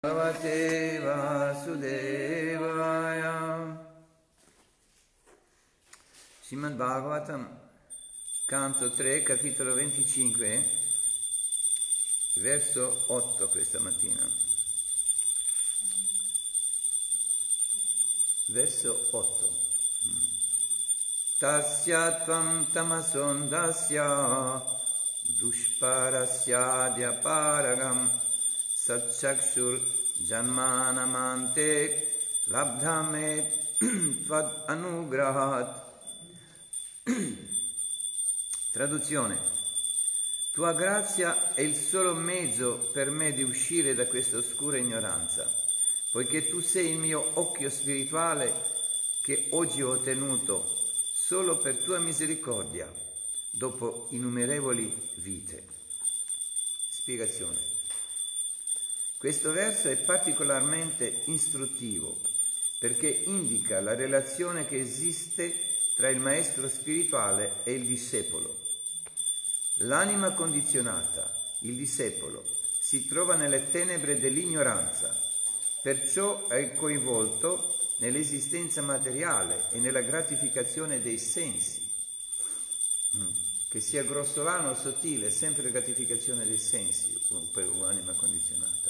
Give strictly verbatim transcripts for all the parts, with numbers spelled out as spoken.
Bhagavate Vasudevaya. Srimad Bhagavatam, canto tre, capitolo venticinque, verso otto questa mattina. Verso otto. Tasya tvam tamasondasya dushparasya dyaparagam satchakshur janmanamante labdhamet tvad anugrahat. Traduzione: tua grazia è il solo mezzo per me di uscire da questa oscura ignoranza, poiché tu sei il mio occhio spirituale che oggi ho ottenuto solo per tua misericordia, dopo innumerevoli vite. Spiegazione: questo verso è particolarmente istruttivo perché indica la relazione che esiste tra il maestro spirituale e il discepolo. L'anima condizionata, il discepolo, si trova nelle tenebre dell'ignoranza, perciò è coinvolto nell'esistenza materiale e nella gratificazione dei sensi. Che sia grossolano o sottile, sempre gratificazione dei sensi per un'anima condizionata.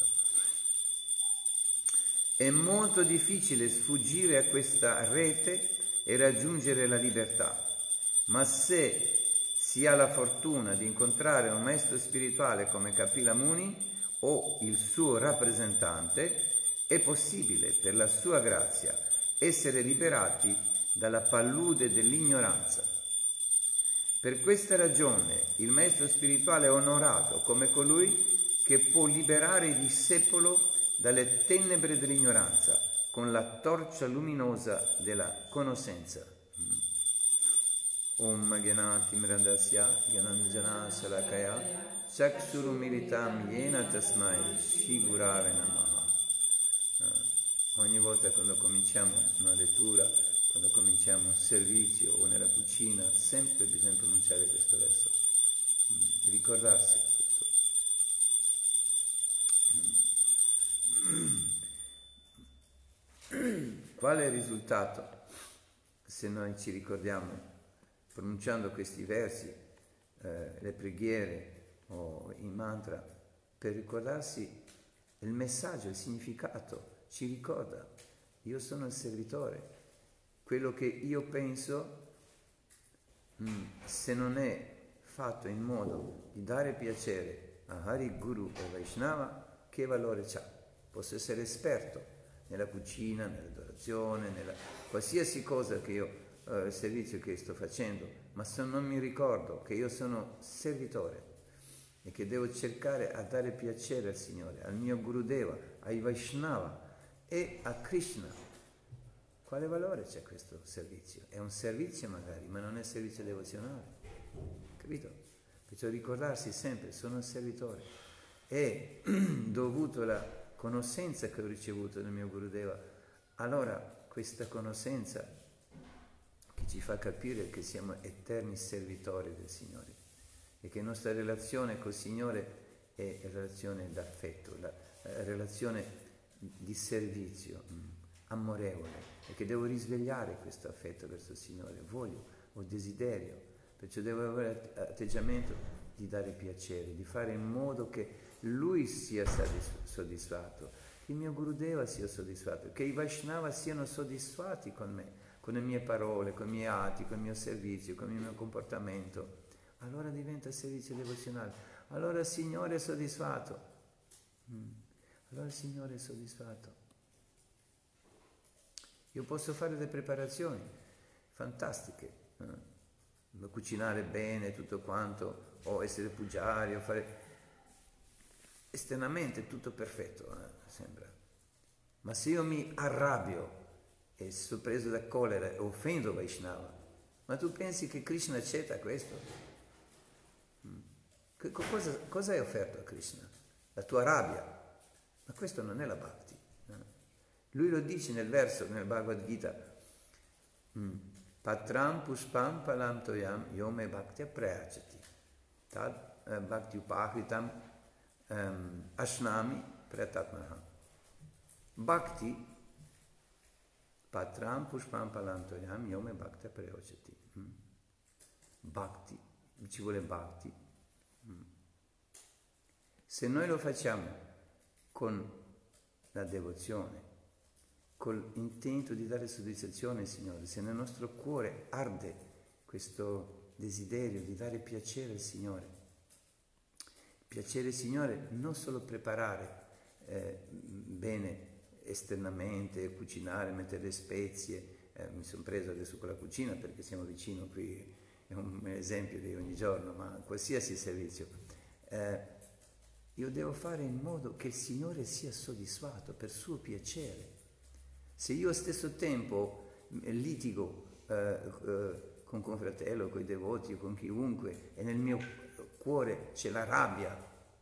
È molto difficile sfuggire a questa rete e raggiungere la libertà, ma se si ha la fortuna di incontrare un maestro spirituale come Kapila Muni o il suo rappresentante, è possibile, per la sua grazia, essere liberati dalla palude dell'ignoranza. Per questa ragione il maestro spirituale è onorato come colui che può liberare il discepolo dalle tenebre dell'ignoranza con la torcia luminosa della conoscenza. Om Gyanati Mirandasya Gyananjana Salakaya Chakshurumilitam Yena Tasmai Shri Gurave Namaha. Ogni volta quando cominciamo una lettura, quando cominciamo un servizio o nella cucina, sempre bisogna pronunciare questo verso, ricordarsi questo. Qual è il risultato se noi ci ricordiamo, pronunciando questi versi, eh, le preghiere o i mantra, per ricordarsi il messaggio, il significato, ci ricorda: io sono il servitore, quello che io penso, mh, se non è fatto in modo di dare piacere a Hari, Guru e Vaishnava, che valore c'ha? Posso essere esperto nella cucina, nell'adorazione, nella qualsiasi cosa che io, eh, servizio che sto facendo, ma se non mi ricordo che io sono servitore e che devo cercare a dare piacere al Signore, al mio Gurudeva, ai Vaishnava e a Krishna, quale valore c'è questo servizio? È un servizio magari, ma non è servizio devozionale, capito? Perciò ricordarsi sempre: sono un servitore e dovuto alla conoscenza che ho ricevuto dal mio Gurudeva, allora questa conoscenza che ci fa capire che siamo eterni servitori del Signore e che la nostra relazione col Signore è relazione d'affetto, la, la relazione di servizio, mh, amorevole, e che devo risvegliare questo affetto verso il Signore, voglio, ho desiderio, perciò devo avere atteggiamento di dare piacere, di fare in modo che Lui sia soddisfatto, che il mio Gurudeva sia soddisfatto, che i Vaishnava siano soddisfatti con me, con le mie parole, con i miei atti, con il mio servizio, con il mio comportamento. Allora diventa servizio devozionale, allora il Signore è soddisfatto, mm. allora il Signore è soddisfatto. Io posso fare delle preparazioni fantastiche, eh? cucinare bene, tutto quanto, o essere pugiari, o fare esternamente tutto perfetto, eh? sembra. Ma se io mi arrabbio e sono preso da collera e offendo Vaishnava, ma tu pensi che Krishna accetta questo? Che cosa, cosa hai offerto a Krishna? La tua rabbia? Ma questo non è la bhakti. Eh? Lui lo dice nel verso, nel Bhagavad Gita: Patram pushpam palam toyam yome bhaktya prayachati tad bhakti upahritam um, ashnami pratatmaha. Bhakti, patram pushpam palantoyam yome bhakta preoceti. Bhakti, ci vuole bhakti. Se noi lo facciamo con la devozione, col intento di dare soddisfazione al Signore, se nel nostro cuore arde questo desiderio di dare piacere al Signore, piacere al Signore non solo preparare eh, bene esternamente, cucinare, mettere le spezie, eh, mi sono preso adesso con la cucina perché siamo vicino qui, è un esempio di ogni giorno, ma qualsiasi servizio, eh, io devo fare in modo che il Signore sia soddisfatto per suo piacere. Se io allo stesso tempo litigo eh, eh, con confratello, con i devoti o con chiunque e nel mio cuore c'è la rabbia,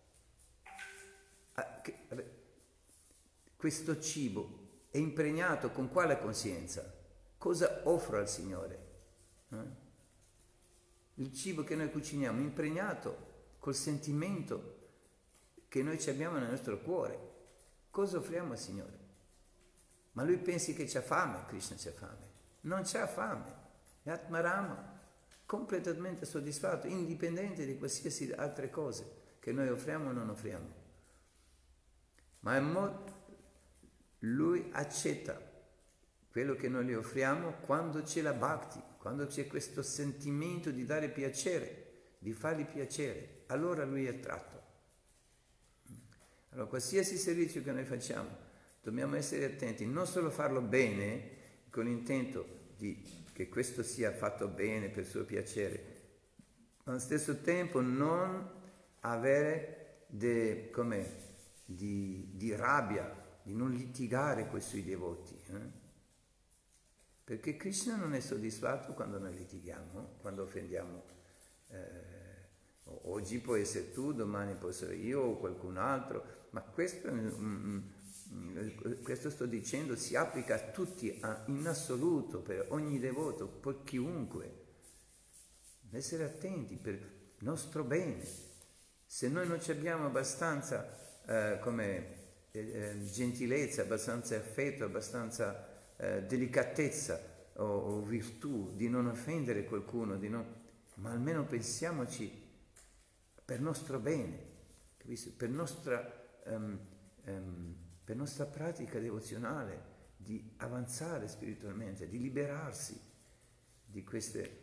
ah, che, vabbè, questo cibo è impregnato con quale coscienza? Cosa offro al Signore? Eh? Il cibo che noi cuciniamo è impregnato col sentimento che noi ci abbiamo nel nostro cuore. Cosa offriamo al Signore? Ma lui pensi che c'ha fame, Krishna c'ha fame. Non c'ha fame. È Atmarama, completamente soddisfatto, indipendente di qualsiasi altre cose che noi offriamo o non offriamo. Ma in modo, lui accetta quello che noi gli offriamo quando c'è la bhakti, quando c'è questo sentimento di dare piacere, di fargli piacere. Allora lui è attratto. Allora, qualsiasi servizio che noi facciamo, dobbiamo essere attenti, non solo farlo bene, con l'intento di che questo sia fatto bene per suo piacere, ma allo stesso tempo non avere de, com'è, di, di rabbia, di non litigare con i suoi devoti. Eh? Perché Krishna non è soddisfatto quando noi litighiamo, quando offendiamo. Eh, oggi può essere tu, domani può essere io o qualcun altro, ma questo, questo sto dicendo si applica a tutti, a, in assoluto, per ogni devoto, per chiunque. Essere attenti per il nostro bene. Se noi non ci abbiamo abbastanza eh, come, eh, gentilezza, abbastanza affetto, abbastanza eh, delicatezza o, o virtù di non offendere qualcuno, di non, ma almeno pensiamoci per nostro bene, capisci? Per nostra Um, um, per nostra pratica devozionale, di avanzare spiritualmente, di liberarsi di, queste,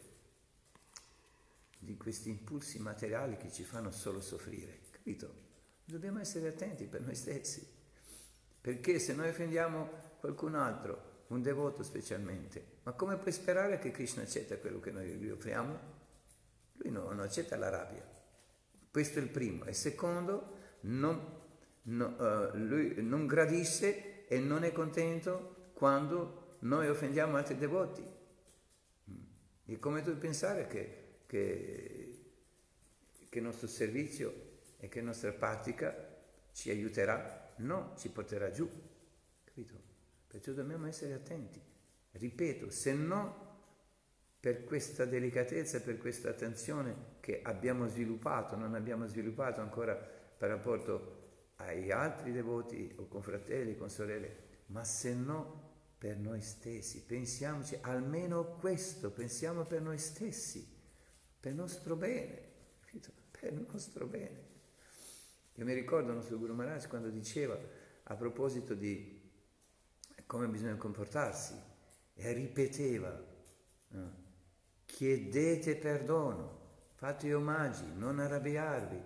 di questi impulsi materiali che ci fanno solo soffrire, capito? Dobbiamo essere attenti per noi stessi, perché se noi offendiamo qualcun altro, un devoto specialmente, ma come puoi sperare che Krishna accetta quello che noi gli offriamo? Lui no, non accetta la rabbia. Questo è il primo. E secondo, non No, uh, lui non gradisce e non è contento quando noi offendiamo altri devoti. E come tu pensare che, che, che il nostro servizio e che la nostra pratica ci aiuterà? No, ci porterà giù, capito? Perciò dobbiamo essere attenti. Ripeto, se no per questa delicatezza, per questa attenzione che abbiamo sviluppato, non abbiamo sviluppato ancora per rapporto ai altri devoti o con fratelli, con sorelle, ma se no per noi stessi. Pensiamoci almeno questo, pensiamo per noi stessi, per il nostro bene, per il nostro bene. Io mi ricordo il nostro Guru Maharaj quando diceva a proposito di come bisogna comportarsi e ripeteva eh, chiedete perdono, fate omaggi, non arrabbiarvi.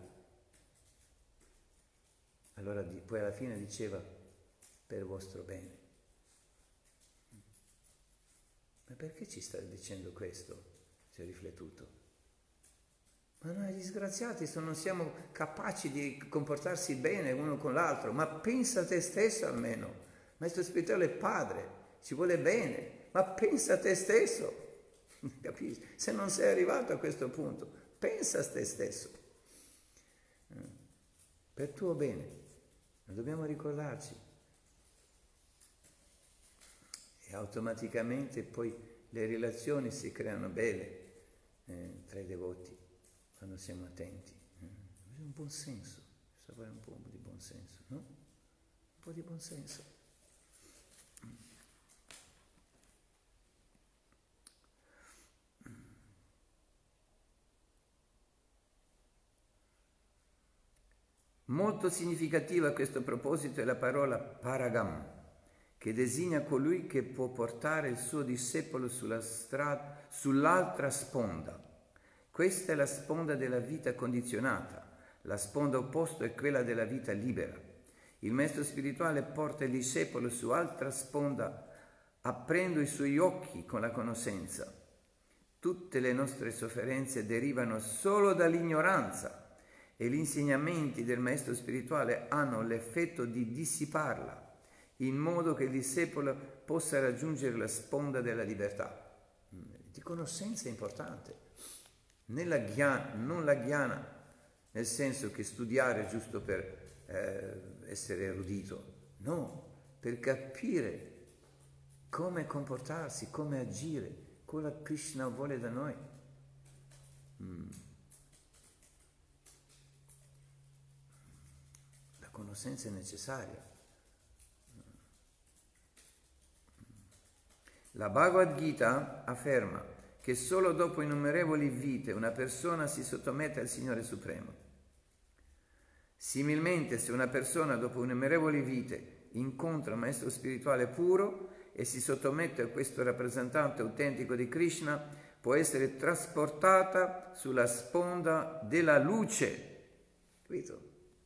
Allora poi alla fine diceva per il vostro bene. Ma perché ci sta dicendo questo? Si è riflettuto. Ma noi disgraziati se non siamo capaci di comportarsi bene uno con l'altro, ma pensa a te stesso almeno. Maestro spirituale è padre, ci vuole bene, ma pensa a te stesso. Capisci? Se non sei arrivato a questo punto, pensa a te stesso. Per tuo bene. Ma dobbiamo ricordarci. E automaticamente poi le relazioni si creano belle eh, tra i devoti quando siamo attenti. Eh. Un buon senso, bisogna avere un po' di buon senso, no? Un po' di buon senso. Molto significativa a questo proposito è la parola paragam, che designa colui che può portare il suo discepolo sulla strada, sull'altra sponda. Questa è la sponda della vita condizionata, la sponda opposta è quella della vita libera. Il maestro spirituale porta il discepolo su altra sponda, aprendo i suoi occhi con la conoscenza. Tutte le nostre sofferenze derivano solo dall'ignoranza e gli insegnamenti del maestro spirituale hanno l'effetto di dissiparla, in modo che il discepolo possa raggiungere la sponda della libertà. Di conoscenza è importante, nella ghiana, non la ghiana, nel senso che studiare giusto per eh, essere erudito, no, per capire come comportarsi, come agire, cosa Krishna vuole da noi. Mm. La conoscenza è necessaria. La Bhagavad Gita afferma che solo dopo innumerevoli vite una persona si sottomette al Signore Supremo. Similmente, se una persona dopo innumerevoli vite incontra un maestro spirituale puro e si sottomette a questo rappresentante autentico di Krishna, può essere trasportata sulla sponda della luce. Capito?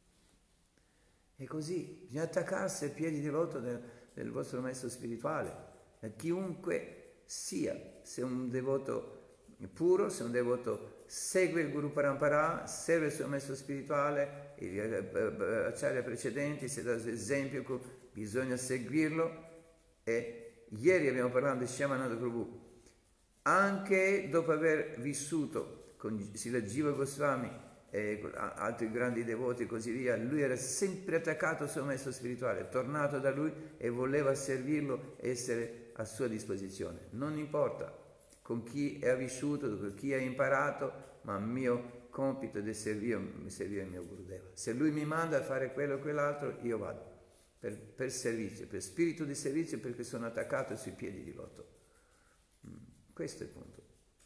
E così bisogna attaccarsi ai piedi di loto del, del vostro maestro spirituale. A chiunque sia, se un devoto puro, se un devoto segue il Guru Parampara, segue il suo maestro spirituale, gli acciari precedenti, si dà esempio, bisogna seguirlo. E ieri abbiamo parlato di Shyamananda Prabhu, anche dopo aver vissuto con Srila Jiva Goswami e altri grandi devoti e così via, lui era sempre attaccato al suo maestro spirituale, è tornato da lui e voleva servirlo e essere a sua disposizione. Non importa con chi ha vissuto, con chi ha imparato, ma il mio compito è servire, servire il mio Gurudeva. Se lui mi manda a fare quello o quell'altro, io vado per, per servizio, per spirito di servizio, perché sono attaccato sui piedi di loto. Questo è il punto.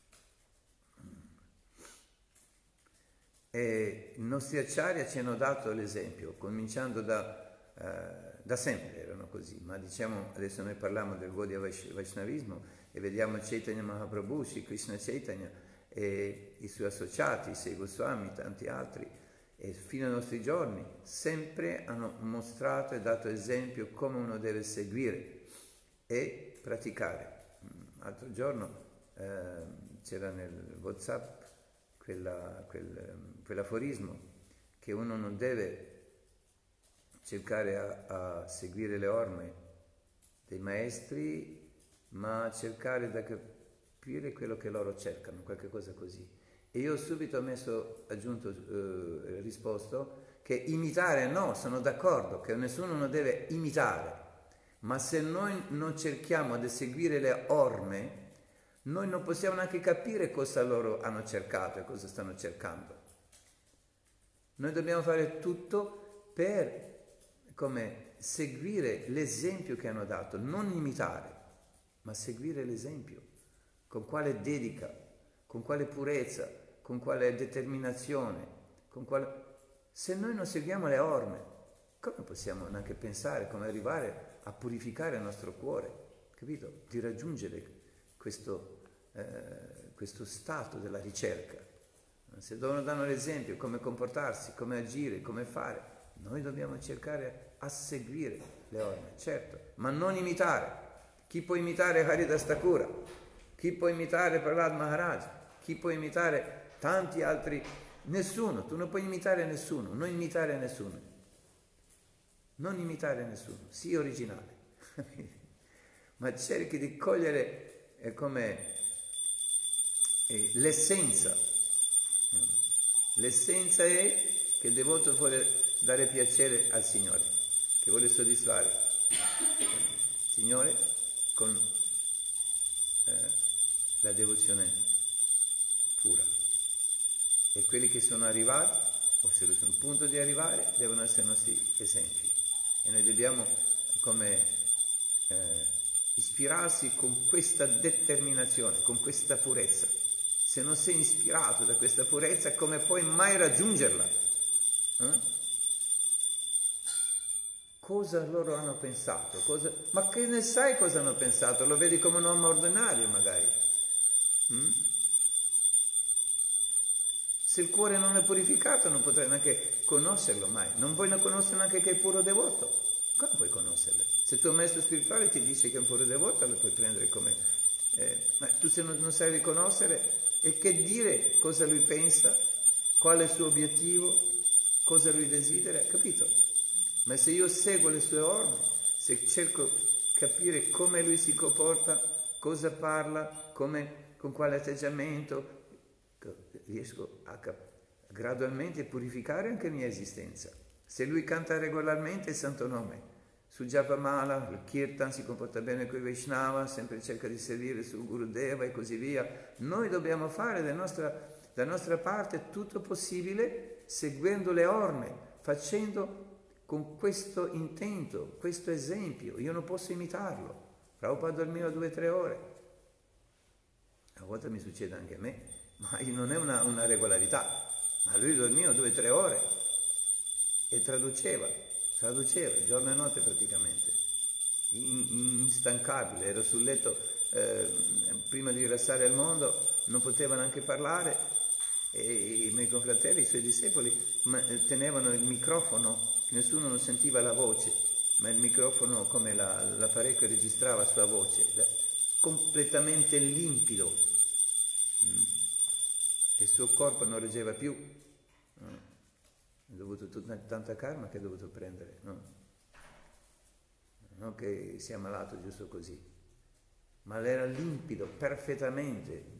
E i nostri acciari ci hanno dato l'esempio, cominciando da, eh, da sempre erano così, ma diciamo adesso noi parliamo del Gaudiya Vaishnavismo e vediamo Chaitanya Mahaprabhu, Shri Krishna Chaitanya e i suoi associati, Sei Goswami, tanti altri, e fino ai nostri giorni sempre hanno mostrato e dato esempio come uno deve seguire e praticare. L'altro giorno eh, c'era nel WhatsApp Quella, quel, quell'aforismo che uno non deve cercare a, a seguire le orme dei maestri, ma cercare da capire quello che loro cercano, qualche cosa così. E io subito ho messo, aggiunto, eh, risposto che imitare no, sono d'accordo che nessuno non deve imitare, ma se noi non cerchiamo di seguire le orme, noi non possiamo neanche capire cosa loro hanno cercato e cosa stanno cercando. Noi dobbiamo fare tutto per come seguire l'esempio che hanno dato, non imitare, ma seguire l'esempio. Con quale dedica, con quale purezza, con quale determinazione, con quale... Se noi non seguiamo le orme, come possiamo neanche pensare come arrivare a purificare il nostro cuore, capito? Di raggiungere questo, eh, questo stato della ricerca. Se loro danno l'esempio come comportarsi, come agire, come fare, noi dobbiamo cercare a seguire le orme, certo, ma non imitare. Chi può imitare Haridas Thakura? Chi può imitare Prahlad Maharaj? Chi può imitare tanti altri? Nessuno, tu non puoi imitare nessuno, non imitare nessuno. Non imitare nessuno, sii originale. Ma cerchi di cogliere è come eh, l'essenza. L'essenza è che il devoto vuole dare piacere al Signore, che vuole soddisfare il Signore con eh, la devozione pura. E quelli che sono arrivati, o se sono a punto di arrivare, devono essere i nostri esempi. E noi dobbiamo come eh, ispirarsi con questa determinazione, con questa purezza. Se non sei ispirato da questa purezza, come puoi mai raggiungerla? Eh? cosa loro hanno pensato, cosa... ma che ne sai cosa hanno pensato? Lo vedi come un uomo ordinario magari. Mm? Se il cuore non è purificato non potrai neanche conoscerlo mai, non puoi conoscere neanche che è puro devoto. Come puoi conoscerlo? Se il tuo maestro spirituale ti dice che è un puro devoto, lo puoi prendere come... Eh, ma tu se non, non sai riconoscere, e che dire cosa lui pensa, qual è il suo obiettivo, cosa lui desidera, capito? Ma se io seguo le sue orme, se cerco di capire come lui si comporta, cosa parla, come, con quale atteggiamento, riesco a cap- gradualmente purificare anche la mia esistenza. Se lui canta regolarmente il santo nome, su Japamala, il Kirtan, si comporta bene con i Vaishnava, sempre cerca di servire sul Gurudeva e così via, noi dobbiamo fare da nostra, da nostra parte tutto possibile seguendo le orme, facendo con questo intento, questo esempio. Io non posso imitarlo. Prabhupada dormiva due o tre ore. A volte mi succede anche a me, ma non è una, una regolarità. Ma lui dormiva due o tre ore e traduceva, traduceva giorno e notte praticamente, in, in, instancabile. Era sul letto eh, prima di rilassare al mondo, non poteva neanche parlare, e i miei confratelli, i suoi discepoli, tenevano il microfono, nessuno non sentiva la voce, ma il microfono, come la, l'apparecchio registrava la sua voce, completamente limpido. Il suo corpo non reggeva più, no? Ha dovuto tutta, tanta karma che ha dovuto prendere, no? Non che sia malato giusto così, ma era limpido perfettamente.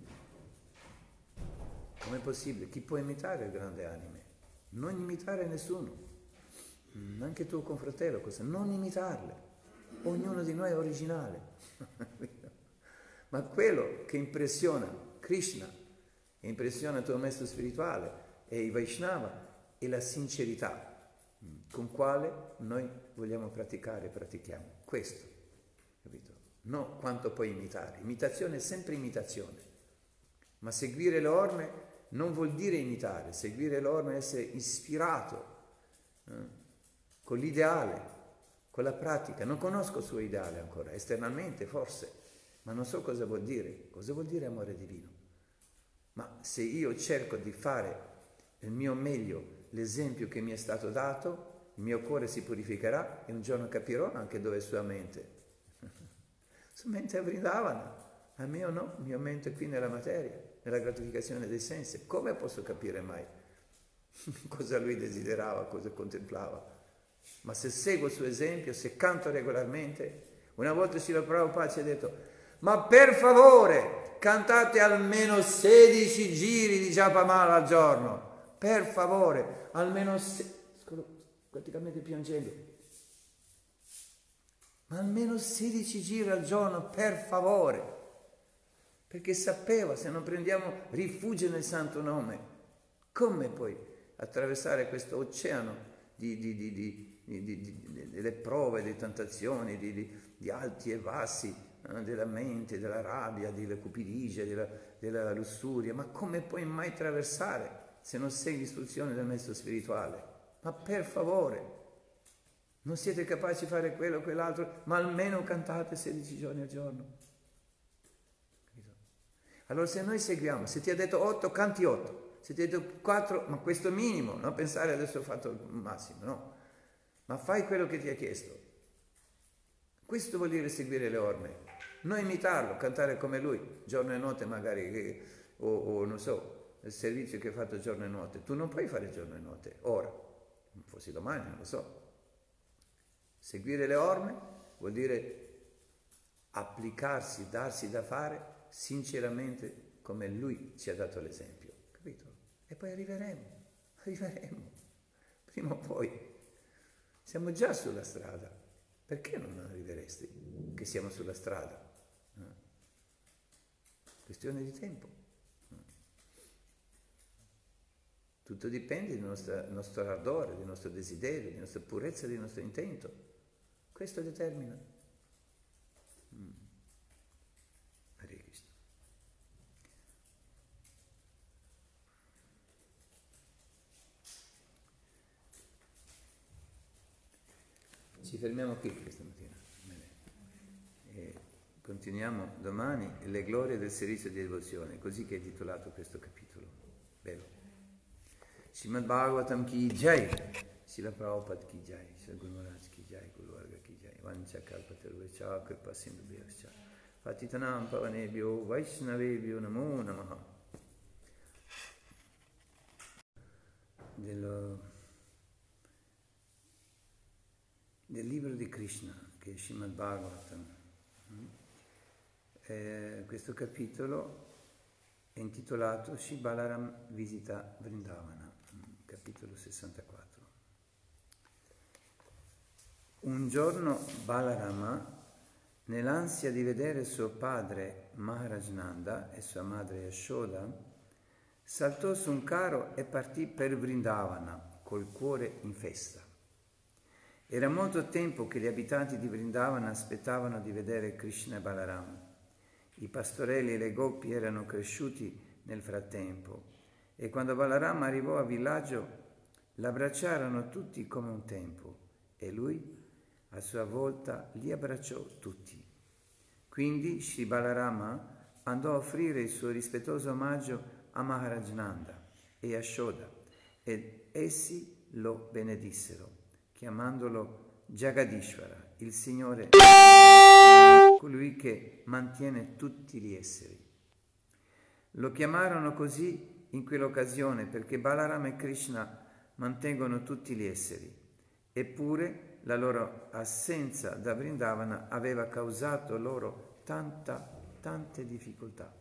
Com'è possibile? Chi può imitare il grande anime? Non imitare nessuno, anche tuo confratello, cosa? Non imitarle. Ognuno di noi è originale. Ma quello che impressiona Krishna, che impressiona il tuo maestro spirituale e i Vaishnava, è la sincerità con quale noi vogliamo praticare e pratichiamo. Questo, capito? No quanto puoi imitare. Imitazione è sempre imitazione. Ma seguire le orme non vuol dire imitare, seguire le orme è essere ispirato eh, con l'ideale, con la pratica. Non conosco il suo ideale ancora, esternamente forse, ma non so cosa vuol dire. Cosa vuol dire amore divino? Ma se io cerco di fare il mio meglio, l'esempio che mi è stato dato, il mio cuore si purificherà e un giorno capirò anche dove è sua mente. Sua mente è Vrindavana. Al mio no, il mio mente è qui nella materia, nella gratificazione dei sensi. Come posso capire mai cosa lui desiderava, cosa contemplava? Ma se seguo il suo esempio, se canto regolarmente, una volta Srila Prabhupada ci ha detto: ma per favore, cantate almeno sedici giri di Japamala al giorno, per favore, almeno se... praticamente piangendo. Ma almeno sedici giri al giorno, per favore. Perché sapeva, se non prendiamo rifugio nel santo nome, come puoi attraversare questo oceano di, di, di, di, di, di, di, delle prove, di tentazioni, di, di, di alti e bassi, eh, della mente, della rabbia, della cupidigia, della, della lussuria? Ma come puoi mai attraversare se non segui l'istruzione del maestro spirituale? Ma per favore, non siete capaci di fare quello o quell'altro, ma almeno cantate sedici giorni al giorno. Allora se noi seguiamo, se ti ha detto otto, canti otto, se ti ha detto quattro, ma questo minimo, non pensare adesso ho fatto il massimo, no, ma fai quello che ti ha chiesto. Questo vuol dire seguire le orme, non imitarlo, cantare come lui, giorno e notte magari, o, o non so, il servizio che hai fatto giorno e notte. Tu non puoi fare giorno e notte, ora, forse domani, non lo so. Seguire le orme vuol dire applicarsi, darsi da fare sinceramente come lui ci ha dato l'esempio, capito? E poi arriveremo, arriveremo, prima o poi. Siamo già sulla strada, perché non arriveresti che siamo sulla strada? Eh? Questione di tempo. Tutto dipende dal nostro, nostro ardore, del nostro desiderio, della nostra purezza, del nostro intento. Questo determina. Mm. Hare Krishna. Ci fermiamo qui questa mattina. E continuiamo domani le glorie del servizio di devozione, così che è titolato questo capitolo. Bello. Srimad Bhagavatam ki jai, Srila Prabhupada ki jai, Srila Guru Maharaj ki jai, Guru Varga ki jai, Vancha Kalpatarvacha Kripa Sindhubhyascha, Patitanam Pavanebhyo Vaishnavebhyo Namo Namaha. Dello, del libro di Krishna, che è Srimad Bhagavatam. Eh, questo capitolo è intitolato Shri Balaram visita Vrindavana, capitolo sessantaquattro. Un giorno Balarama, nell'ansia di vedere suo padre Maharaj Nanda e sua madre Yashoda, saltò su un carro e partì per Vrindavana col cuore in festa. Era molto tempo che gli abitanti di Vrindavana aspettavano di vedere Krishna e Balarama. I pastorelli e le gopi erano cresciuti nel frattempo e quando Balarama arrivò al villaggio l'abbracciarono tutti come un tempo e lui a sua volta li abbracciò tutti. Quindi Shri Balarama andò a offrire il suo rispettoso omaggio a Maharaj Nanda e Yashoda ed essi lo benedissero, chiamandolo Jagadishvara, il Signore, colui che mantiene tutti gli esseri. Lo chiamarono così in quell'occasione perché Balarama e Krishna mantengono tutti gli esseri, eppure la loro assenza da Vrindavana aveva causato loro tanta, tante difficoltà.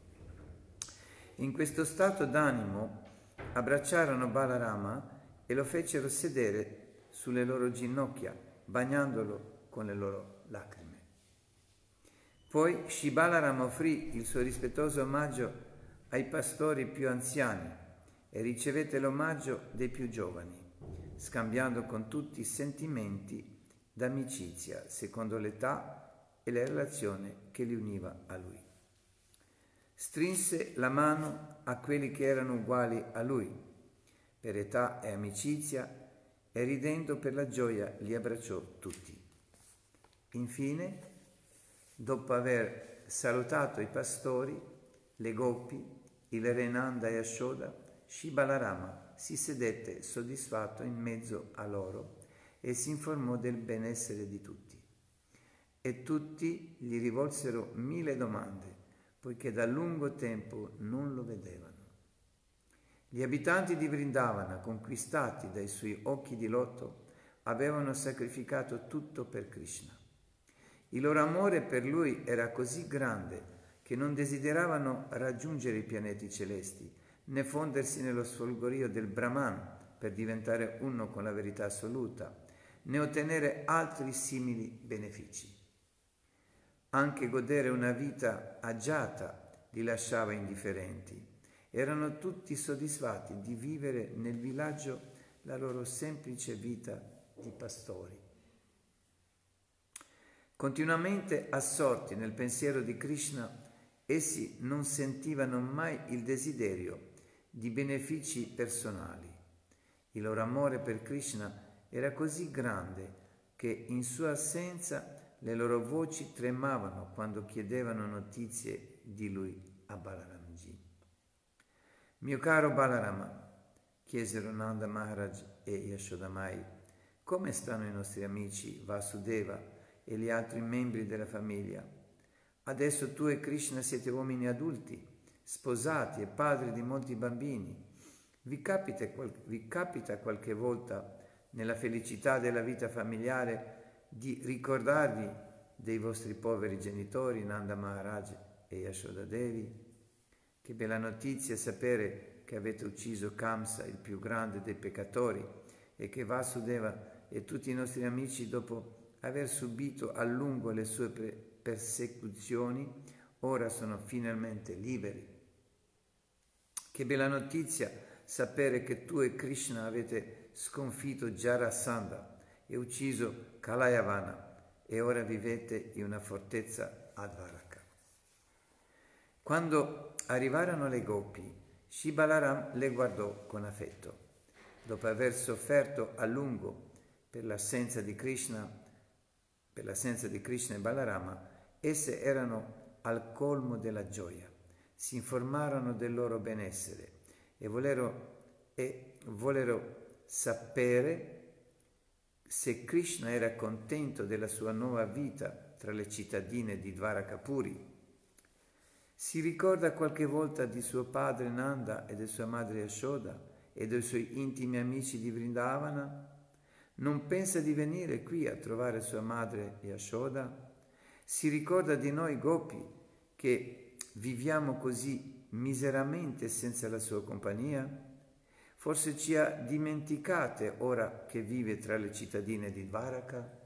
In questo stato d'animo abbracciarono Balarama e lo fecero sedere sulle loro ginocchia, bagnandolo con le loro lacrime. Poi Shri Balarama offrì il suo rispettoso omaggio ai pastori più anziani e ricevette l'omaggio dei più giovani, scambiando con tutti sentimenti d'amicizia secondo l'età e la relazione che li univa a lui. Strinse la mano a quelli che erano uguali a lui, per età e amicizia, e ridendo per la gioia li abbracciò tutti. Infine, dopo aver salutato i pastori, le gopi, il re Nanda e Yashoda, Shri Balarama si sedette soddisfatto in mezzo a loro e si informò del benessere di tutti. E tutti gli rivolsero mille domande, poiché da lungo tempo non lo vedevano. Gli abitanti di Vrindavana, conquistati dai suoi occhi di loto, avevano sacrificato tutto per Krishna. Il loro amore per lui era così grande che non desideravano raggiungere i pianeti celesti, né fondersi nello sfolgorio del Brahman per diventare uno con la verità assoluta, né ottenere altri simili benefici. Anche godere una vita agiata li lasciava indifferenti. Erano tutti soddisfatti di vivere nel villaggio la loro semplice vita di pastori. Continuamente assorti nel pensiero di Krishna, essi non sentivano mai il desiderio di benefici personali. Il loro amore per Krishna era così grande che in sua assenza le loro voci tremavano quando chiedevano notizie di lui a Balaramji. Mio caro Balarama, chiesero Nanda Maharaj e Yashodamai, come stanno i nostri amici Vasudeva e gli altri membri della famiglia? Adesso tu e Krishna siete uomini adulti, sposati e padri di molti bambini. Vi capita, vi capita qualche volta nella felicità della vita familiare di ricordarvi dei vostri poveri genitori Nanda Maharaj e Yashoda Devi? Che bella notizia sapere che avete ucciso Kamsa, il più grande dei peccatori, e che Vasudeva e tutti i nostri amici, dopo aver subito a lungo le sue persecuzioni, ora sono finalmente liberi. Che bella notizia sapere che tu e Krishna avete sconfitto Jarasandha e ucciso Kalayavana e ora vivete in una fortezza a Dvaraka. Quando arrivarono le gopi, Shri Balaram le guardò con affetto. Dopo aver sofferto a lungo per l'assenza di Krishna, per l'assenza di Krishna e Balarama, esse erano al colmo della gioia, si informarono del loro benessere e vollero, e vollero sapere se Krishna era contento della sua nuova vita tra le cittadine di Dvarakapuri. Si ricorda qualche volta di suo padre Nanda e di sua madre Yashoda e dei suoi intimi amici di Vrindavana? Non pensa di venire qui a trovare sua madre Yashoda? Si ricorda di noi Gopi che viviamo così miseramente senza la sua compagnia? Forse ci ha dimenticate ora che vive tra le cittadine di Dvaraka?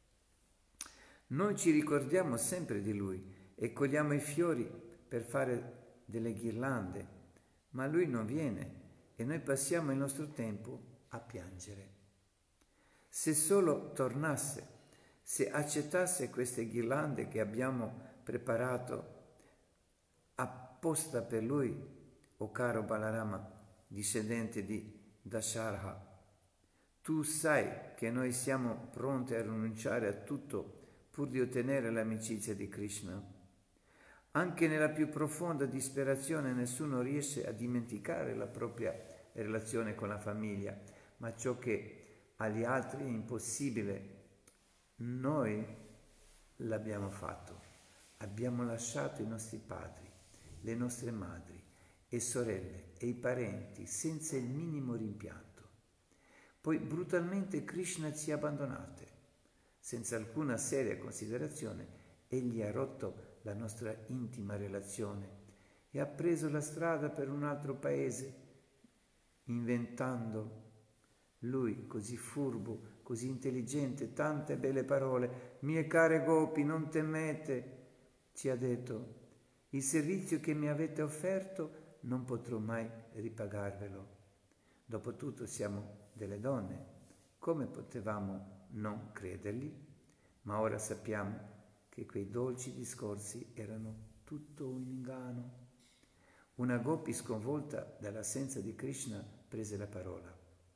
Noi ci ricordiamo sempre di lui e cogliamo i fiori per fare delle ghirlande, ma lui non viene e noi passiamo il nostro tempo a piangere. Se solo tornasse, se accettasse queste ghirlande che abbiamo preparato apposta per lui, o caro Balarama, discendente di Dasharha, tu sai che noi siamo pronti a rinunciare a tutto pur di ottenere l'amicizia di Krishna. Anche nella più profonda disperazione nessuno riesce a dimenticare la propria relazione con la famiglia, ma ciò che agli altri è impossibile, noi l'abbiamo fatto. Abbiamo lasciato i nostri padri, le nostre madri e sorelle e i parenti senza il minimo rimpianto. Poi brutalmente Krishna ci ha abbandonate. Senza alcuna seria considerazione, egli ha rotto la nostra intima relazione e ha preso la strada per un altro paese, inventando lui, così furbo, così intelligente, tante belle parole. Mie care Gopi, non temete, ci ha detto, il servizio che mi avete offerto non potrò mai ripagarvelo. Dopotutto siamo delle donne, come potevamo non credergli? Ma ora sappiamo che quei dolci discorsi erano tutto un inganno. Una Gopi sconvolta dall'assenza di Krishna prese la parola.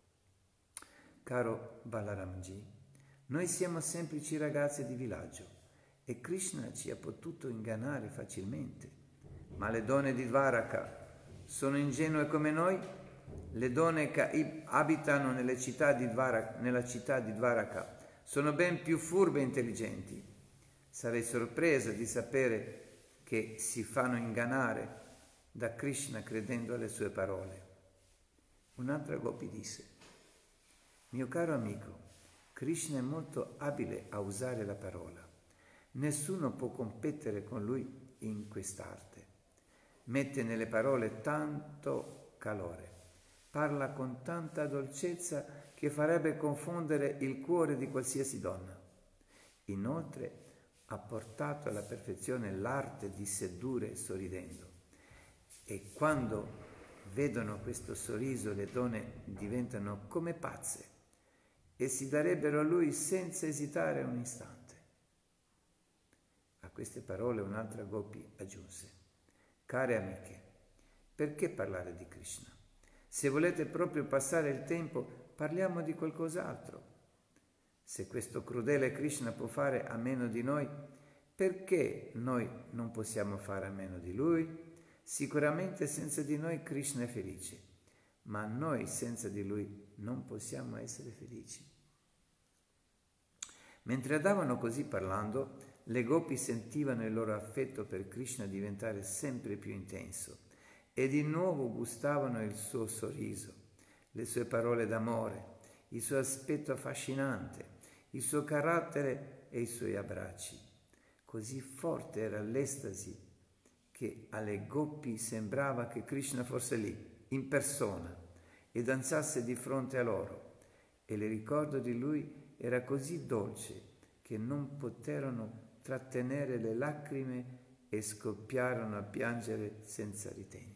Caro Balaramji, noi siamo semplici ragazze di villaggio e Krishna ci ha potuto ingannare facilmente. Ma le donne di Dvaraka sono ingenue come noi? Le donne che abitano nelle città di Dvaraka, nella città di Dvaraka sono ben più furbe e intelligenti. Sarei sorpresa di sapere che si fanno ingannare da Krishna credendo alle sue parole. Un'altra Gopi disse: mio caro amico, Krishna è molto abile a usare la parola. Nessuno può competere con lui in quest'arte. Mette nelle parole tanto calore, parla con tanta dolcezza che farebbe confondere il cuore di qualsiasi donna. Inoltre ha portato alla perfezione l'arte di sedurre sorridendo. E quando vedono questo sorriso le donne diventano come pazze e si darebbero a lui senza esitare un istante. A queste parole un'altra Gopi aggiunse: care amiche, perché parlare di Krishna? Se volete proprio passare il tempo, parliamo di qualcos'altro. Se questo crudele Krishna può fare a meno di noi, perché noi non possiamo fare a meno di lui? Sicuramente senza di noi Krishna è felice, ma noi senza di lui non possiamo essere felici. Mentre andavano così parlando, le Gopi sentivano il loro affetto per Krishna diventare sempre più intenso e di nuovo gustavano il suo sorriso, le sue parole d'amore, il suo aspetto affascinante, il suo carattere e i suoi abbracci. Così forte era l'estasi che alle Gopi sembrava che Krishna fosse lì, in persona, e danzasse di fronte a loro, e il ricordo di lui era così dolce che non poterono trattenere le lacrime e scoppiarono a piangere senza ritegno.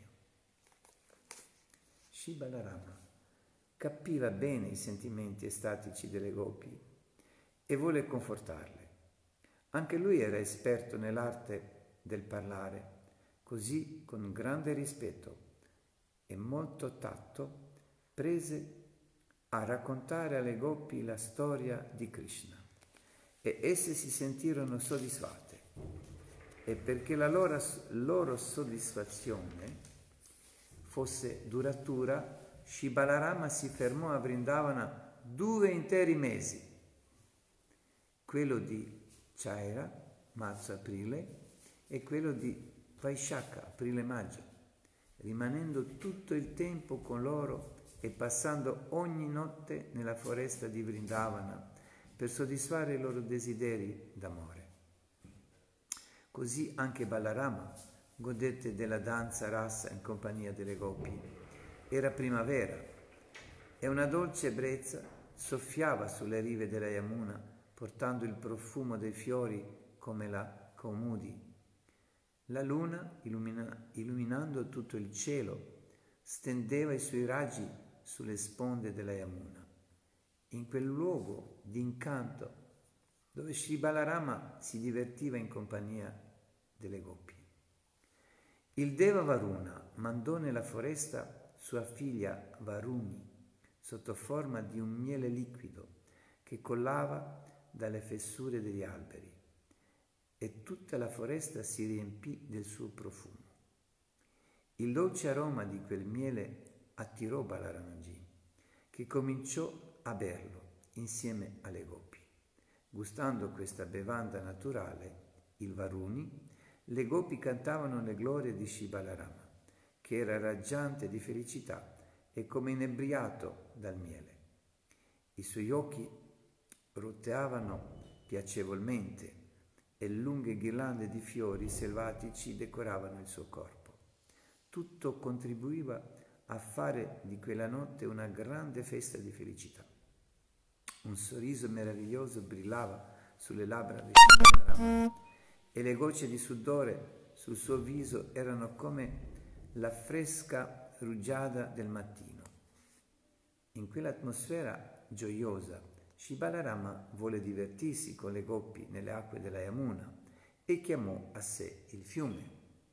Shri Balarama capiva bene i sentimenti estatici delle Gopi e volle confortarle. Anche lui era esperto nell'arte del parlare, così con grande rispetto e molto tatto prese a raccontare alle Gopi la storia di Krishna e esse si sentirono soddisfatte. E perché la loro, loro soddisfazione fosse duratura, Shri Balarama si fermò a Vrindavana due interi mesi, quello di Chaira, marzo-aprile, e quello di Vaishakha, aprile-maggio, rimanendo tutto il tempo con loro e passando ogni notte nella foresta di Vrindavana per soddisfare i loro desideri d'amore. Così anche Balarama godette della danza rasa in compagnia delle gopi. Era primavera e una dolce brezza soffiava sulle rive della Yamuna, portando il profumo dei fiori come la Kaumudi. La luna, illumina, illuminando tutto il cielo, stendeva i suoi raggi sulle sponde della Yamuna. In quel luogo di incanto dove Shri Balarama si divertiva in compagnia delle gopi. Il Deva Varuna mandò nella foresta sua figlia Varuni sotto forma di un miele liquido che collava dalle fessure degli alberi, e tutta la foresta si riempì del suo profumo. Il dolce aroma di quel miele attirò Balaramaji, che cominciò a berlo insieme alle gopi. Gustando questa bevanda naturale, il Varuni, le gopi cantavano le glorie di Shri Balarama, che era raggiante di felicità e come inebriato dal miele. I suoi occhi roteavano piacevolmente e lunghe ghirlande di fiori selvatici decoravano il suo corpo. Tutto contribuiva a fare di quella notte una grande festa di felicità. Un sorriso meraviglioso brillava sulle labbra di Shri Balarama e le gocce di sudore sul suo viso erano come la fresca rugiada del mattino. In quell'atmosfera gioiosa, Shri Balarama volle divertirsi con le gopi nelle acque della Yamuna e chiamò a sé il fiume.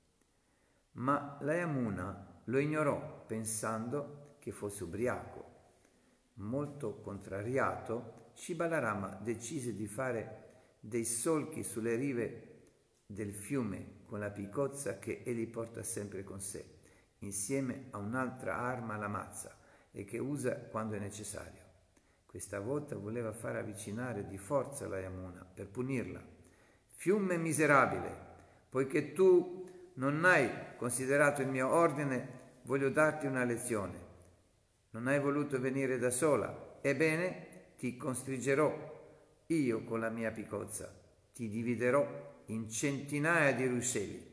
Ma la Yamuna lo ignorò pensando che fosse ubriaco. Molto contrariato, Shri Balarama decise di fare dei solchi sulle rive del fiume con la piccozza che egli porta sempre con sé, insieme a un'altra arma, la mazza, e che usa quando è necessario. Questa volta voleva far avvicinare di forza la Yamuna per punirla. Fiume miserabile, poiché tu non hai considerato il mio ordine, voglio darti una lezione. Non hai voluto venire da sola, ebbene ti costringerò io con la mia piccozza, ti dividerò in centinaia di ruscelli.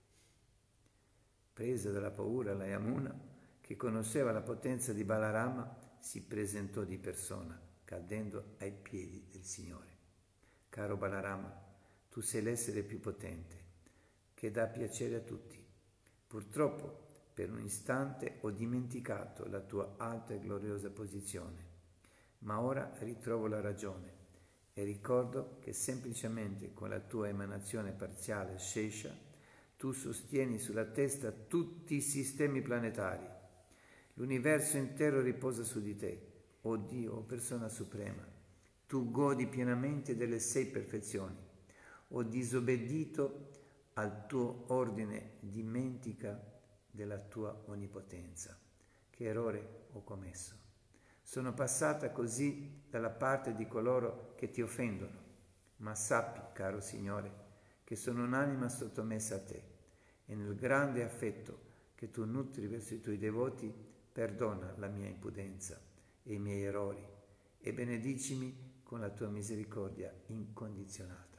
Presa dalla paura, la Yamuna, che conosceva la potenza di Balarama, si presentò di persona, cadendo ai piedi del Signore. Caro Balarama, tu sei l'essere più potente, che dà piacere a tutti. Purtroppo, per un istante ho dimenticato la tua alta e gloriosa posizione, ma ora ritrovo la ragione e ricordo che semplicemente con la tua emanazione parziale Shesha tu sostieni sulla testa tutti i sistemi planetari. L'universo intero riposa su di te, o Dio, o persona suprema. Tu godi pienamente delle sei perfezioni. Ho disobbedito al tuo ordine, dimentica della tua onnipotenza. Che errore ho commesso. Sono passata così dalla parte di coloro che ti offendono, ma sappi, caro Signore, che sono un'anima sottomessa a te e nel grande affetto che tu nutri verso i tuoi devoti, perdona la mia impudenza e i miei errori e benedicimi con la tua misericordia incondizionata.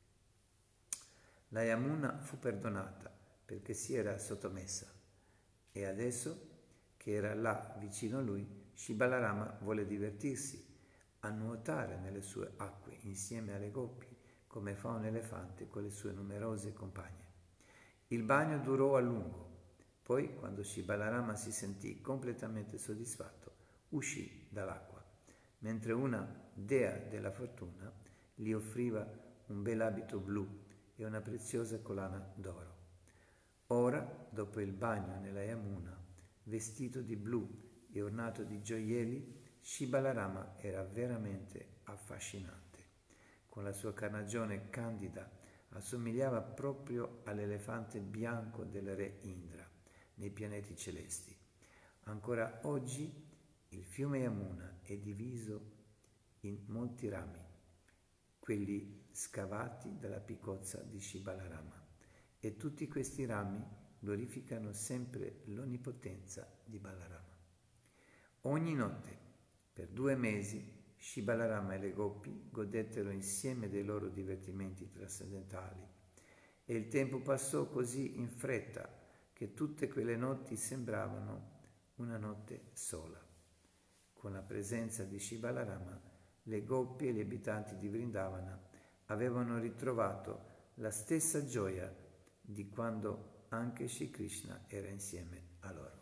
La Yamuna fu perdonata perché si era sottomessa e adesso che era là vicino a lui, Shri Balarama volle divertirsi a nuotare nelle sue acque insieme alle gopi come fa un elefante con le sue numerose compagne. Il bagno durò a lungo, poi quando Shri Balarama si sentì completamente soddisfatto uscì dall'acqua, mentre una dea della fortuna gli offriva un bel abito blu e una preziosa collana d'oro. Ora, dopo il bagno nella Yamuna, vestito di blu e ornato di gioielli, Shri Balarama era veramente affascinante. con la sua carnagione candida, assomigliava proprio all'elefante bianco del re Indra nei pianeti celesti. Ancora oggi il fiume Yamuna è diviso in molti rami, quelli scavati dalla piccozza di Shibalarama, e tutti questi rami glorificano sempre l'onnipotenza di Balarama. Ogni notte, per due mesi, Shibalarama e le Gopi godettero insieme dei loro divertimenti trascendentali, e il tempo passò così in fretta che tutte quelle notti sembravano una notte sola. Con la presenza di Shibalarama, le Gopi e gli abitanti di Vrindavana avevano ritrovato la stessa gioia di quando anche Shri Krishna era insieme a loro.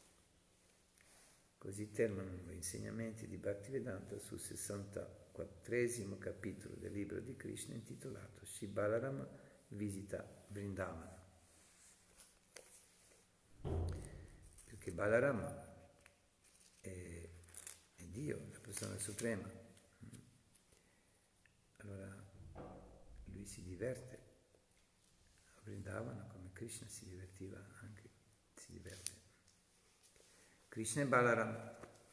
Così terminano gli insegnamenti di Bhaktivedanta sul sessantaquattresimo capitolo del libro di Krishna intitolato Shri Balarama visita Vrindavana. Perché Balarama è, è Dio, la persona suprema. Allora lui si diverte a Vrindavana come Krishna si divertiva anche, si diverte. Krishna e Balaram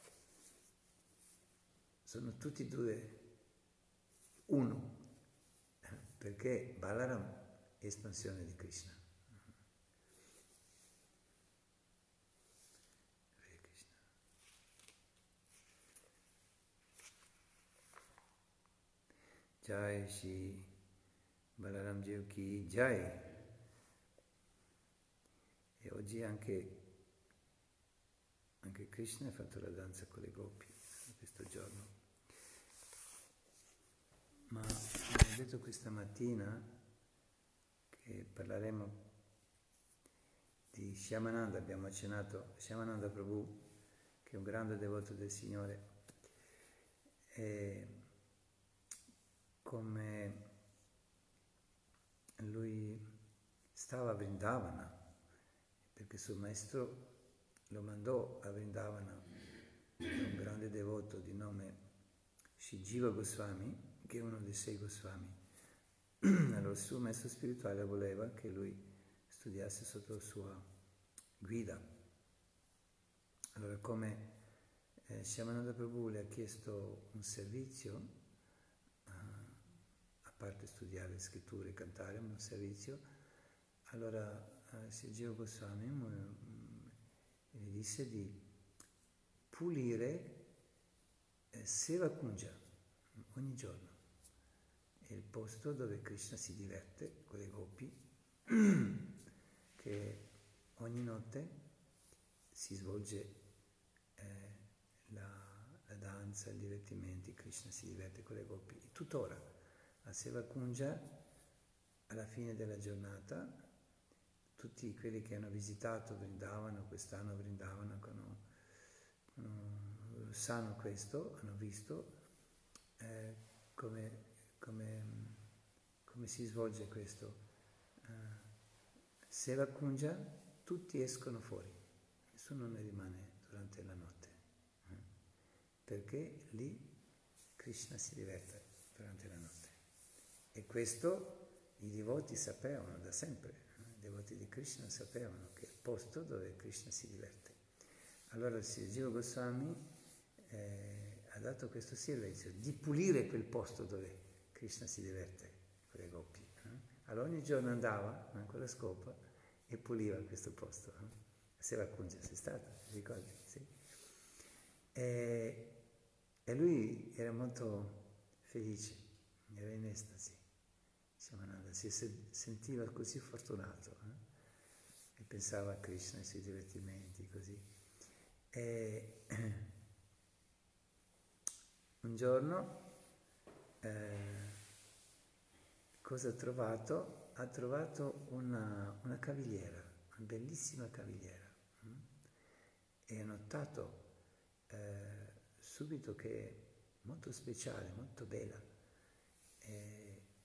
sono tutti e due uno, perché Balaram è espansione di Krishna. Hare Krishna. Jai Shri Balaram Dev Ki Jai. E oggi anche Anche Krishna ha fatto la danza con le Gopi questo giorno. Ma ho detto questa mattina che parleremo di Shyamananda, abbiamo accennato Shyamananda Prabhu, che è un grande devoto del Signore, e come lui stava a Vrindavana, perché suo maestro lo mandò a Vrindavana, un grande devoto di nome Shri Jiva Goswami, che è uno dei sei Goswami. Allora il suo maestro spirituale voleva che lui studiasse sotto la sua guida. Allora come eh, Shyamananda Prabhu le ha chiesto un servizio, uh, a parte studiare le scritture e cantare, un servizio, allora uh, Shri Jiva Goswami gli disse di pulire eh, Seva Kunja ogni giorno. È il posto dove Krishna si diverte con le Gopi, che ogni notte si svolge eh, la, la danza, i divertimenti, Krishna si diverte con le Gopi. E tuttora a Seva Kunja, alla fine della giornata, tutti quelli che hanno visitato Vrindavana, quest'anno Vrindavana, hanno, hanno, sanno questo, hanno visto eh, come, come, come si svolge questo. Uh, Seva Kunja, tutti escono fuori, nessuno ne rimane durante la notte, eh, perché lì Krishna si diverte durante la notte. E questo i devoti sapevano da sempre. I devoti di Krishna sapevano che è il posto dove Krishna si diverte. Allora il Sri Jiva Goswami eh, ha dato questo servizio di pulire quel posto dove Krishna si diverte con le Gopi. Eh? Allora ogni giorno andava eh, con la scopa e puliva questo posto. Eh? Seva Kunja, sei stata, ti ricordi? Sì. E, e lui era molto felice, era in estasi. Si sentiva così fortunato eh? E pensava a Krishna, ai suoi divertimenti, così. E un giorno eh, cosa ha trovato? Ha trovato una, una cavigliera, una bellissima cavigliera, hm? E ha notato eh, subito che è molto speciale, molto bella. E,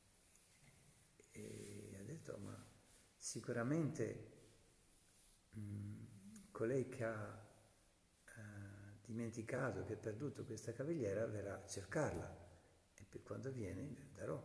E ha detto, ma sicuramente mh, colei che ha eh, dimenticato, che ha perduto questa cavigliera, verrà a cercarla. E per quando viene glielo darò.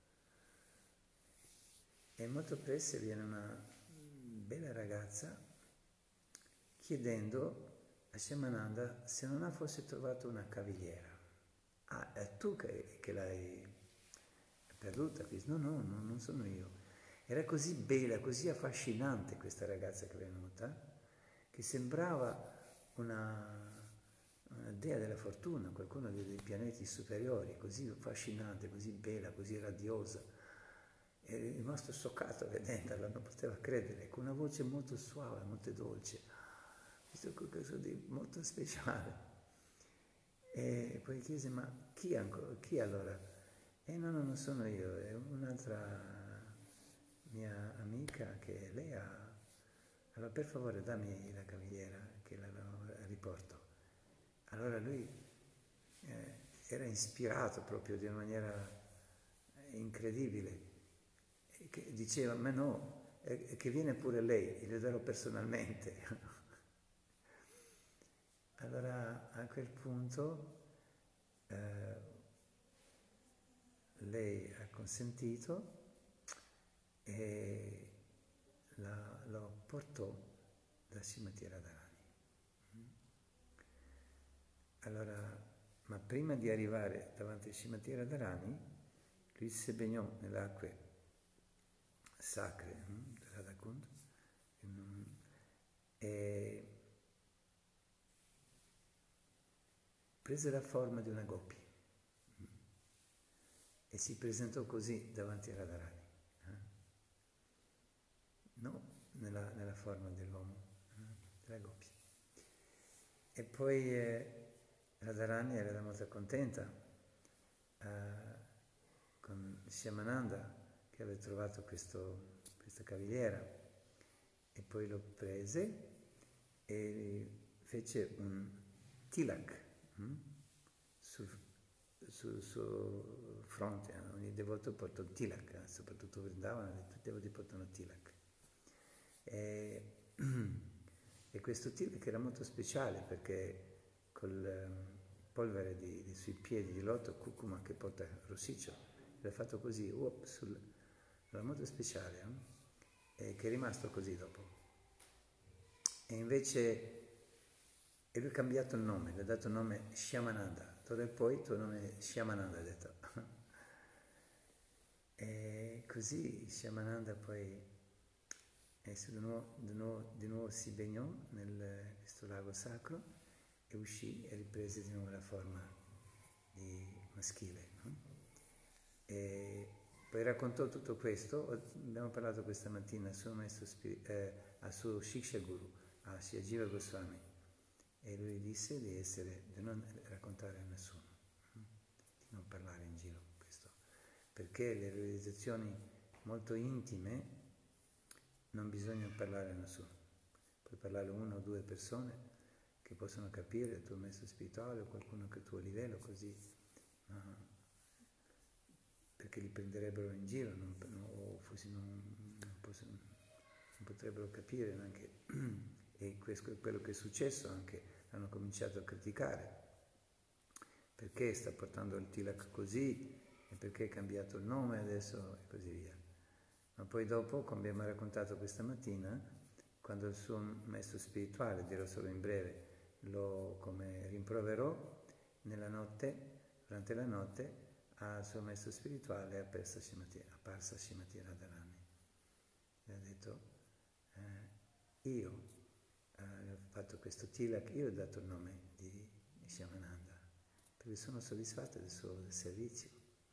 E molto presto viene una bella ragazza chiedendo a Shyamananda se non ha forse trovato una cavigliera. Ah, è tu che, che l'hai perduta? No, no, no, non sono io. Era così bella, così affascinante questa ragazza che è venuta, che sembrava una, una dea della fortuna, qualcuno dei, dei pianeti superiori, così affascinante, così bella, così radiosa. È rimasto scioccato a vederla, non poteva credere, con una voce molto suave, molto dolce. Questo è qualcosa di molto speciale. E poi chiese, ma chi, ancora, chi allora? E no, no, non sono io, è un'altra mia amica che lei ha... Allora per favore dammi la cavigliera che la, la riporto. Allora lui eh, era ispirato proprio di una maniera incredibile, che diceva, ma no, è, che viene pure lei, glielo darò personalmente. Allora a quel punto eh, lei ha consentito e la, lo portò da Srimati Radharani. Allora, ma prima di arrivare davanti a Srimati Radharani, lui si bagnò nelle acque sacre hm, del Radhakund e prese la forma di una gopi e si presentò così davanti a Radharani, eh? No, nella, nella forma dell'uomo, eh? della gopi. E poi eh, Radharani era molto contenta eh, con Shyamananda che aveva trovato questo, questa cavigliera e poi lo prese e fece un tilak hm? sul, sul suo fronte. Ogni devoto porta un tilak, eh? soprattutto Vrindavana, tutti i devoti portano tilak. E, e questo tilak era molto speciale perché col um, polvere di, di, sui piedi di loto, curcuma che porta rossiccio, l'ha fatto così, up, sul, era molto speciale, eh? E che è rimasto così dopo. E invece e lui ha cambiato il nome, gli ha dato il nome Shyamananda, d'ora in poi il tuo nome è Shyamananda, ha detto. E così Shyamananda poi e di, nuovo, di, nuovo, di nuovo si bagnò nel questo lago sacro e uscì e riprese di nuovo la forma di maschile. No? E poi raccontò tutto questo, abbiamo parlato questa mattina al suo maestro spir- eh, al suo Shiksha Guru, a Shyajiva Goswami, e lui disse di essere, di non raccontare a nessuno, di non parlare in giro questo, perché le realizzazioni molto intime non bisogna parlare a nessuno, puoi parlare a una o due persone che possono capire il tuo maestro spirituale o qualcuno che è al tuo livello, così, ma perché li prenderebbero in giro non, no, o forse non, non, posso, non potrebbero capire neanche. E questo è quello che è successo anche, hanno cominciato a criticare perché sta portando il tilak così e perché è cambiato il nome adesso e così via. Ma poi dopo, come abbiamo raccontato questa mattina, quando il suo maestro spirituale, dirò solo in breve, lo come rimproverò, nella notte, durante la notte, al suo maestro spirituale è apparsa Srimati Radharani. Gli ha detto, eh, io eh, ho fatto questo tilak, io ho dato il nome di Shyamananda, perché sono soddisfatto del suo del servizio.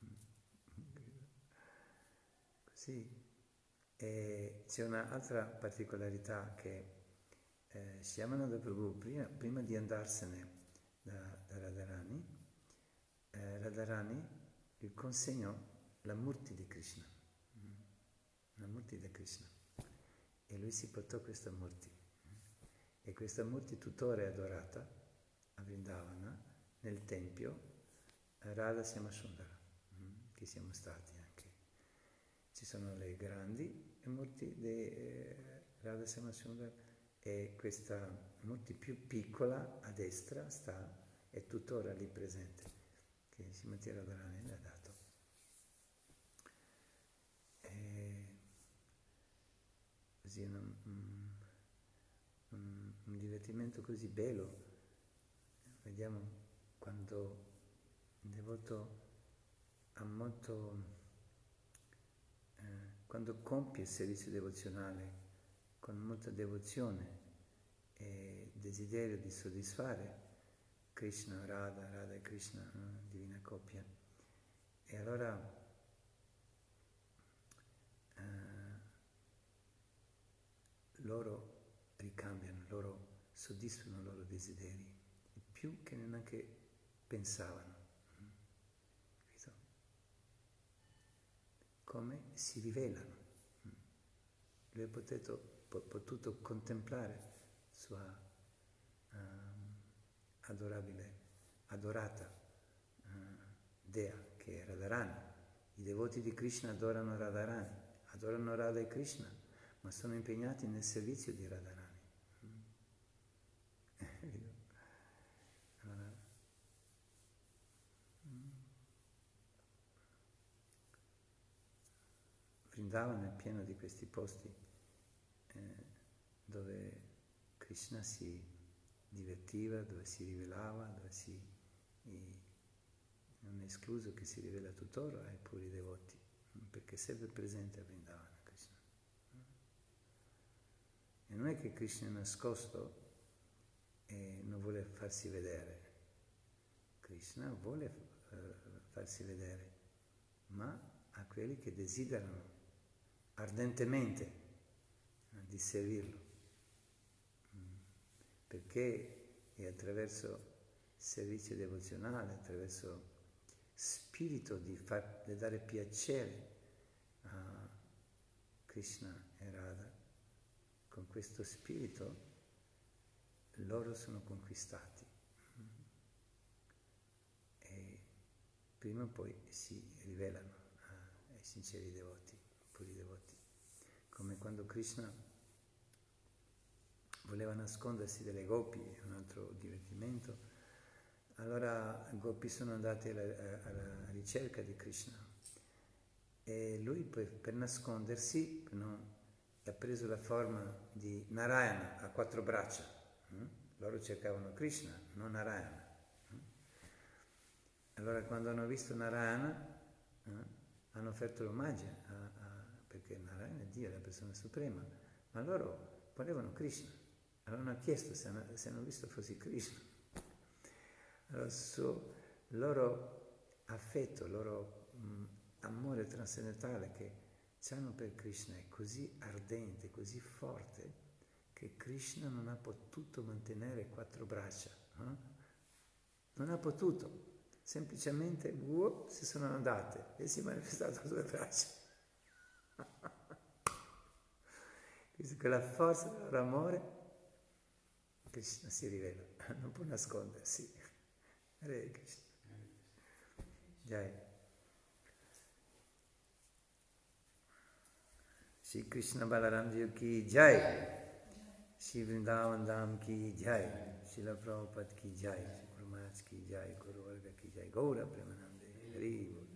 Così. E c'è un'altra particolarità che eh, Shyamananda Prabhu, prima, prima di andarsene da, da Radharani, eh, Radharani gli consegnò la Murti di Krishna, la Murti di Krishna, e lui si portò questa Murti, e questa Murti tuttora è adorata a Vrindavana, nel tempio Radha Syama Sundara, che siamo stati anche. Ci sono le grandi Murti di eh, Radha Syama Sundara e questa Murti più piccola a destra sta, è tuttora lì presente, che Srimati Radharani l'ha dato. così un, un, un, un divertimento così bello. Vediamo quando il devoto ha molto, eh, quando compie il servizio devozionale con molta devozione e desiderio di soddisfare Krishna, Radha, Radha e Krishna, eh, divina coppia, e allora eh, loro ricambiano, loro soddisfano i loro desideri, più che neanche pensavano. Capito? Come si rivelano. Lui ha potuto, potuto contemplare sua um, adorabile, adorata uh, Dea, che è Radharani. I devoti di Krishna adorano Radharani, adorano Radha e Krishna, ma sono impegnati nel servizio di Radharani. Allora, Vrindavan è pieno di questi posti eh, dove Krishna si divertiva, dove si rivelava, dove si, i, non è escluso che si rivela tuttora ai puri devoti, perché è sempre presente a Vrindavan Krishna. E non è che Krishna è nascosto e non vuole farsi vedere. Krishna vuole uh, farsi vedere, ma a quelli che desiderano ardentemente uh, di servirlo, mm. perché è attraverso il servizio devozionale, attraverso spirito di, far, di dare piacere a Krishna e Radha, con questo spirito loro sono conquistati e prima o poi si rivelano ai sinceri devoti, puri devoti. Come quando Krishna voleva nascondersi dalle gopi, un altro divertimento, allora i gopi sono andati alla, alla ricerca di Krishna e lui per, per nascondersi, no, ha preso la forma di Narayana, a quattro braccia. Mm? Loro cercavano Krishna, non Narayana. Mm? Allora quando hanno visto Narayana, eh, hanno offerto l'omaggio, a, a, perché Narayana è Dio, la persona suprema, ma loro volevano Krishna. Allora hanno chiesto se hanno, se hanno visto fosse Krishna. Allora il suo loro affetto, il loro mh, amore trascendentale che hanno per Krishna è così ardente, così forte, che Krishna non ha potuto mantenere quattro braccia. Eh? Non ha potuto, semplicemente uh, si sono andate e si è manifestato due braccia. Quindi quella forza del loro amore, Krishna si rivela, non può nascondersi. Hare Krishna. Jai. Shri Krishna Balaram Ji ki Jai. Shri Vrindavan Dham ki Jai. Srila Prabhupada ki Jai. Shri Guru Maharaj ki Jai. Guru Varga ki Jai. Gaura Premanande. Hari Bol.